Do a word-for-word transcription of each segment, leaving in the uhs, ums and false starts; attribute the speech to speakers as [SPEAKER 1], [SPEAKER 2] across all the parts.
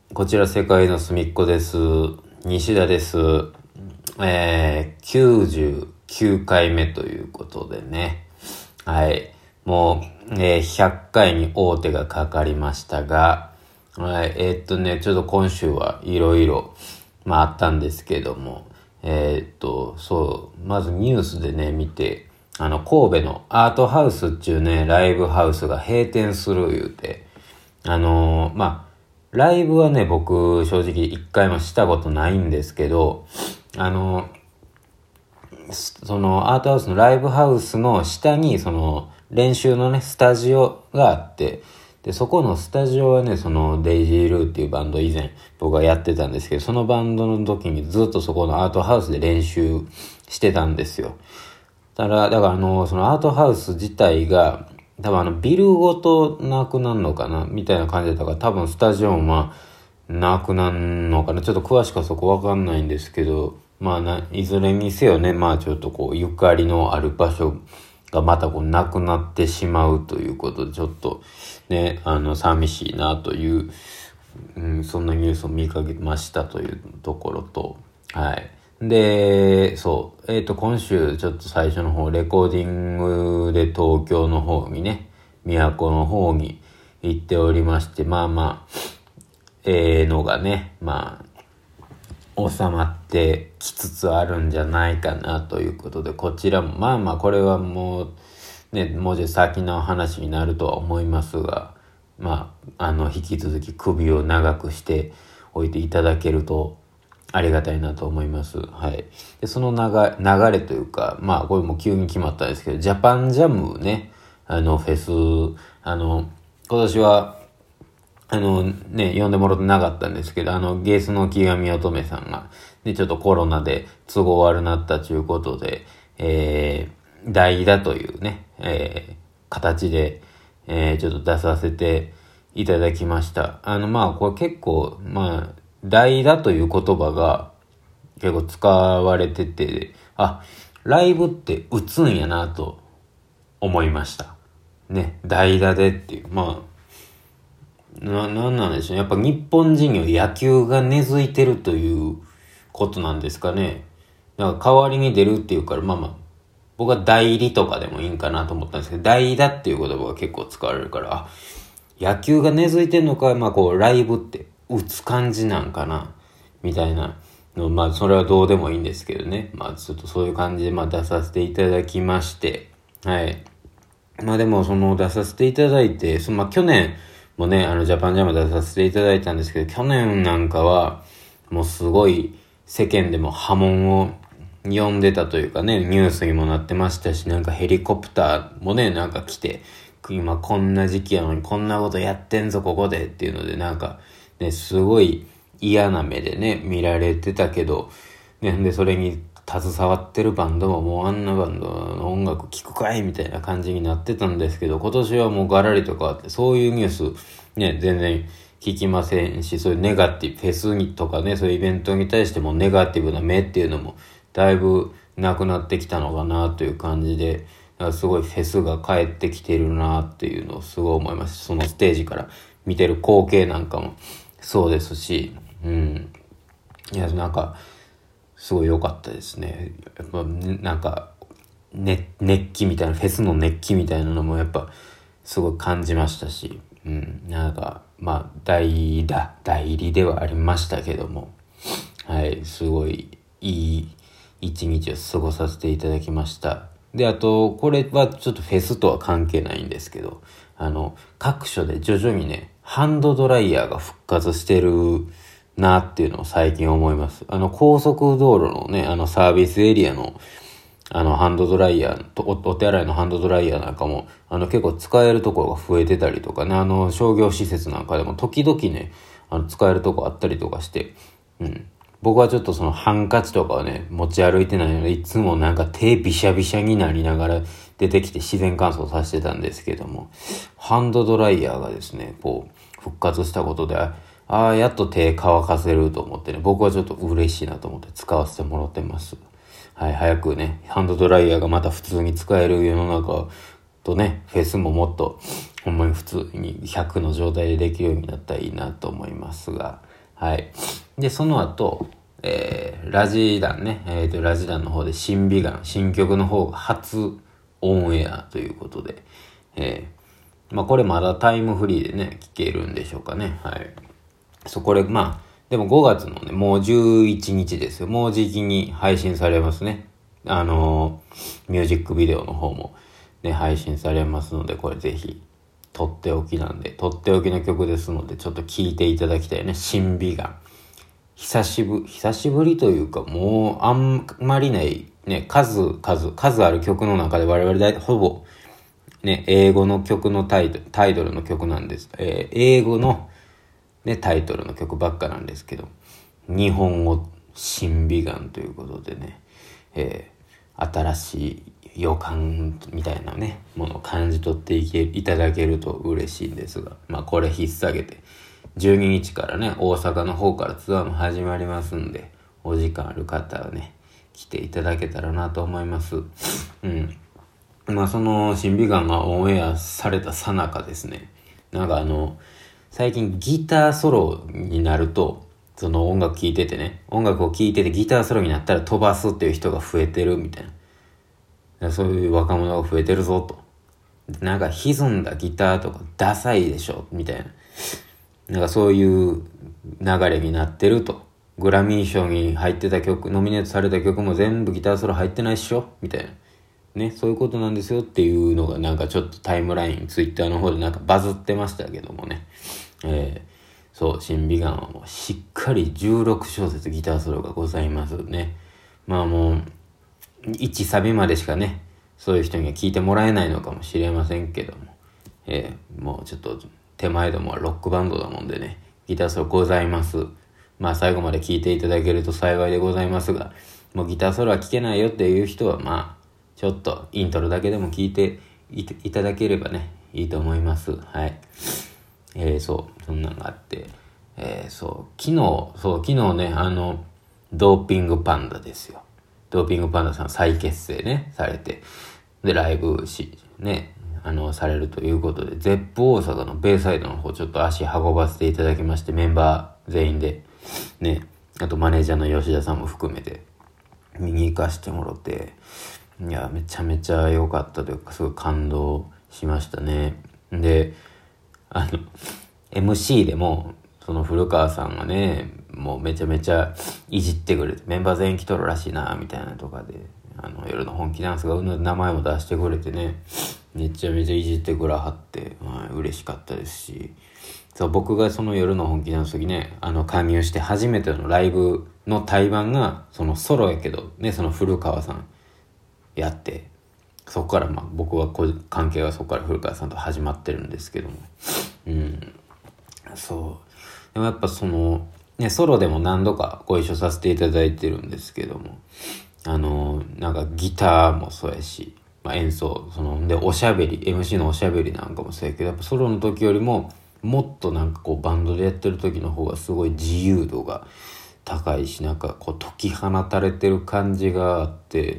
[SPEAKER 1] こちら世界の隅っこです。西田です。えー、きゅうじゅうきゅうかいめということでね。はい。もう、えー、ひゃっかいに大手がかかりましたが、はい、えー、っとね、ちょっと今週はいろいろ、まああったんですけども、えー、っと、そう、まずニュースでね、見て、あの、神戸のアートハウスっていうね、ライブハウスが閉店する言うて、あのー、まあ、ライブはね、僕、正直一回もしたことないんですけど、あの、そのアートハウスのライブハウスの下に、その練習のね、スタジオがあって、で、そこのスタジオはね、そのデイジールーっていうバンド以前僕がやってたんですけど、そのバンドの時にずっとそこのアートハウスで練習してたんですよ。だから、だからあの、そのアートハウス自体が、多分あのビルごとなくなるのかなみたいな感じだったから、多分スタジオもまあなくなるのかな、ちょっと詳しくはそこわかんないんですけど、まあないずれにせよね、まあちょっとこうゆかりのある場所がまたこうなくなってしまうということで、ちょっとね、あの寂しいなという、うん、そんなニュースを見かけましたというところと、はい。で、そう。えっと、今週ちょっと最初の方、レコーディングで東京の方にね、都の方に行っておりまして、まあまあ、ええのがね、まあ、収まってきつつあるんじゃないかなということで、こちらも、まあまあ、これはもう、ね、もうちょっと先の話になるとは思いますが、まあ、あの、引き続き首を長くしておいていただけると、ありがたいなと思います。はい。で、その流流れというか、まあ、これも急に決まったんですけど、ジャパンジャムね、あの、フェス、あの、今年は、あの、ね、呼んでもらってなかったんですけど、あの、ゲースの極み乙女さんが、ね、ちょっとコロナで都合悪なったということで、えー、代打というね、えー、形で、えー、ちょっと出させていただきました。あの、まあ、これ結構、まあ、代打という言葉が結構使われてて、あ、ライブって打つんやなと思いました。ね、代打でっていう。まあ、な、なんなんでしょうね。やっぱ日本人には野球が根付いてるということなんですかね。なんか代わりに出るっていうから、まあまあ、僕は代理とかでもいいんかなと思ったんですけど、代打っていう言葉が結構使われるから、あ、野球が根付いてんのか、まあこう、ライブって打つ感じなんかな、みたいなの、まあそれはどうでもいいんですけどね。まあちょっとそういう感じでまあ出させていただきまして、はい。まあでもその出させていただいて、そのまあ去年もね、あのジャパンジャム出させていただいたんですけど、去年なんかはもうすごい世間でも波紋を呼んでたというかね、ニュースにもなってましたし、なんかヘリコプターもね、なんか来て、今こんな時期やのにこんなことやってんぞここでっていうので、なんかね、すごい嫌な目でね、見られてたけど、ね、で、それに携わってるバンドももうあんなバンドの音楽聴くかいみたいな感じになってたんですけど、今年はもうガラリと変わって、そういうニュースね、全然聞きませんし、そういうネガティブ、フェスにとかね、そういうイベントに対してもネガティブな目っていうのもだいぶなくなってきたのかなという感じで、すごいフェスが帰ってきてるなっていうのをすごい思います。そのステージから見てる光景なんかもそうですし、うん。いや、なんか、すごい良かったですね。やっぱ、なんか、ね、熱気みたいな、フェスの熱気みたいなのもやっぱ、すごい感じましたし、うん。なんか、まあ、代打、代理ではありましたけども、はい、すごいいい一日を過ごさせていただきました。で、あと、これはちょっとフェスとは関係ないんですけど、あの、各所で徐々にね、ハンドドライヤーが復活してるなっていうのを最近思います。あの、高速道路のね、あのサービスエリアの、あの、ハンドドライヤーとお、お手洗いのハンドドライヤーなんかも、あの、結構使えるところが増えてたりとかね、あの、商業施設なんかでも時々ね、あの、使えるとこあったりとかして、うん。僕はちょっとそのハンカチとかをね、持ち歩いてないので、いつもなんか手びしゃびしゃになりながら出てきて自然乾燥させてたんですけども、ハンドドライヤーがですね、こう、復活したことで、ああ、やっと手乾かせると思ってね、僕はちょっと嬉しいなと思って使わせてもらってます。はい、早くね、ハンドドライヤーがまた普通に使える世の中とね、フェスももっと、ほんまに普通にひゃくの状態でできるようになったらいいなと思いますが、 はい。で、その後、えー、ラジダンね、えーと、ラジダンの方で新美顔、新曲の方が初オンエアということで、えー、まあこれまだタイムフリーでね、聴けるんでしょうかね。はい。そう、これ、まあ、でもごがつのね、もうじゅういちにちですよ。もうじきに配信されますね。あのー、ミュージックビデオの方もね、配信されますので、これぜひ、とっておきなんで、とっておきの曲ですので、ちょっと聴いていただきたいね。新美顔。久しぶり、久しぶりというか、もう、あんまりない、ね、数、数、数ある曲の中で我々大体ほぼ、ね、英語の曲のタイトル、タイトルの曲なんです。えー、英語の、ね、タイトルの曲ばっかなんですけど、日本語新美顔ということでね、えー、新しい予感みたいなね、ものを感じ取っていけいただけると嬉しいんですが、まあこれ引っ提げて、じゅうににちからね、大阪の方からツアーも始まりますんで、お時間ある方はね、来ていただけたらなと思います。うん。まあその新美顔がオンエアされた最中ですね、なんかあの、最近ギターソロになると、その音楽聴いててね、音楽を聴いててギターソロになったら飛ばすっていう人が増えてるみたいな。そういう若者が増えてるぞと。なんか歪んだギターとかダサいでしょみたいな。なんかそういう流れになってると。グラミー賞に入ってた曲、ノミネートされた曲も全部ギターソロ入ってないっしょみたいな。ね、そういうことなんですよっていうのがなんかちょっとタイムライン、ツイッターの方でなんかバズってましたけどもね。えー、そう、新美顔はもうしっかりじゅうろくしょうせつギターソロがございますね。まあもう、いちサビまでしかね、そういう人には聞いてもらえないのかもしれませんけども。えー、もうちょっと手前どもはロックバンドだもんでね、ギターソロございます。まあ最後まで聞いていただけると幸いでございますが、もうギターソロは聞けないよっていう人はまあ、ちょっとイントロだけでも聞いて い, いただければね、いいと思います。はい。えー、そう、そんなのがあって、えー、そう、昨日、そう、昨日ね、あの、ドーピングパンダですよ。ドーピングパンダさん再結成ね、されて、で、ライブし、ね、あの、されるということで、ゼップ大阪のベイサイドの方、ちょっと足運ばせていただきまして、メンバー全員で、ね、あとマネージャーの吉田さんも含めて、見に行かしてもらって、いや、めちゃめちゃ良かったというか、すごい感動しましたね。で、あの、エムシー でも、その古川さんがね、もうめちゃめちゃいじってくれて、メンバー全員来とるらしいな、みたいなとかで、あの、夜の本気ダンスがうん名前も出してくれてね、めちゃめちゃいじってくらはって、はい、嬉しかったですし、そう、僕がその夜の本気ダンス時ね、あの、加入して初めてのライブの対バンが、そのソロやけど、ね、その古川さんやって、そこからまあ僕はこう関係はそこから古川さんと始まってるんですけども、うん、そうでもやっぱそのねソロでも何度かご一緒させていただいてるんですけども、あのなんかギターもそうやし、まあ、演奏そのでおしゃべり エムシー のおしゃべりなんかもそうやけど、やっぱソロの時よりももっとなんかこうバンドでやってる時の方がすごい自由度が高いし、なんかこう解き放たれてる感じがあって、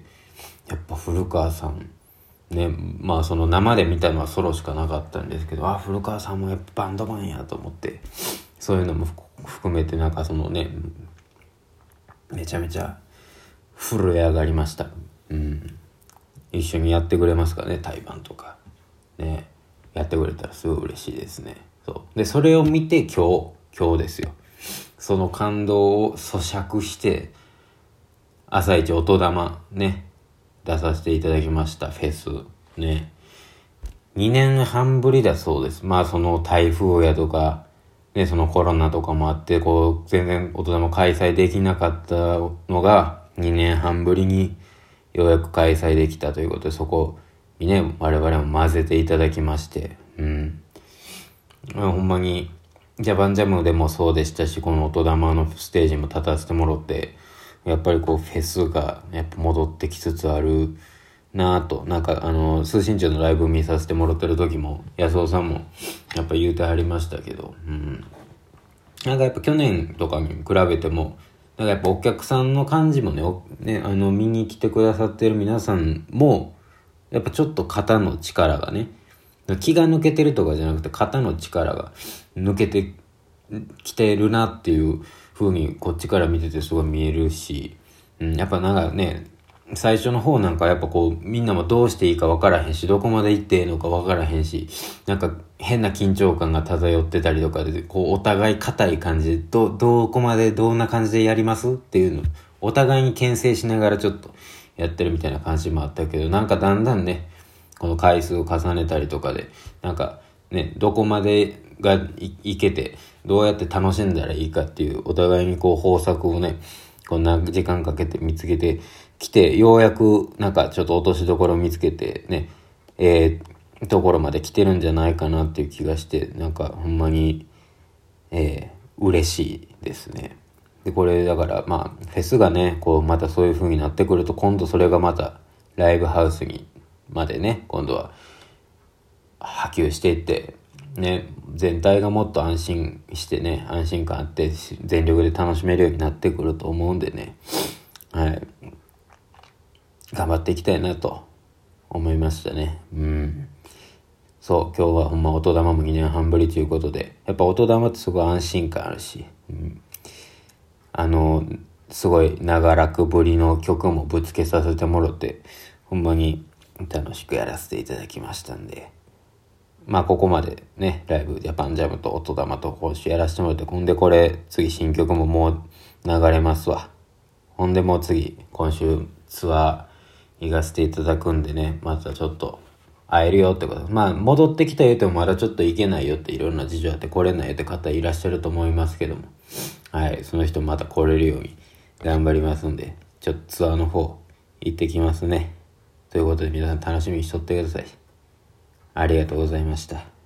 [SPEAKER 1] やっぱ古川さんね、まあその生で見たのはソロしかなかったんですけど、あ、古川さんもやっぱバンドマンやと思って、そういうのも含めてなんかそのね、めちゃめちゃ震え上がりました。うん。一緒にやってくれますかね、対バンとか。ね。やってくれたらすごい嬉しいですね。そう。で、それを見て今日、今日ですよ。その感動を咀嚼して、朝一音玉ね、出させていただきましたフェスね。にねんはんぶりだそうです。まあその台風やとかね、そのコロナとかもあってこう全然音玉開催できなかったのがにねんはんぶりにようやく開催できたということで、そこにね我々も混ぜていただきまして、うん、ほんまにジャパンジャムでもそうでしたし、この音玉のステージも立たせてもらって、やっぱりこうフェスがやっぱ戻ってきつつあるなぁと、なんかあの通信長のライブ見させてもらってる時も安尾さんもやっぱ言うてはりましたけど、うん、なんかやっぱ去年とかに比べてもなんかやっぱお客さんの感じもね、ね、あの見に来てくださってる皆さんもやっぱちょっと肩の力がね、気が抜けてるとかじゃなくて肩の力が抜けて来てるなっていう風にこっちから見ててすごい見えるし、うん、やっぱなんかね、最初の方なんかやっぱこうみんなもどうしていいか分からへんし、どこまで行っていいのか分からへんし、なんか変な緊張感が漂ってたりとかで、こうお互い硬い感じで、ど、どこまでどんな感じでやりますっていうの、お互いに牽制しながらちょっとやってるみたいな感じもあったけど、なんかだんだんね、この回数を重ねたりとかで、なんかね、どこまでが い, いけて、どうやって楽しんだらいいかっていう、お互いにこう方策をね、こんな時間かけて見つけてきて、ようやくなんかちょっと落としどころを見つけてね、えー、ところまで来てるんじゃないかなっていう気がして、なんかほんまに、えー、嬉しいですね。で、これだからまあ、フェスがね、こうまたそういう風になってくると、今度それがまたライブハウスにまでね、今度は波及していって、ね、全体がもっと安心してね、安心感あって全力で楽しめるようになってくると思うんでね、はい、頑張っていきたいなと思いましたね。うん。そう、今日はほんま音玉もにねんはんぶりということで、やっぱ音玉ってすごい安心感あるし、うん、あのすごい長らくぶりの曲もぶつけさせてもらって、ほんまに楽しくやらせていただきましたんで、まあここまでね、ライブジャパンジャムと音玉と今週やらせてもらって、ほんでこれ次新曲ももう流れますわ。ほんでもう次今週ツアー行かせていただくんでね、またちょっと会えるよってこと。まあ戻ってきた言うてもまだちょっと行けないよって、いろんな事情あって来れないよって方いらっしゃると思いますけども、はい、その人また来れるように頑張りますんで、ちょっとツアーの方行ってきますね。ということで皆さん楽しみにしとってください。ありがとうございました。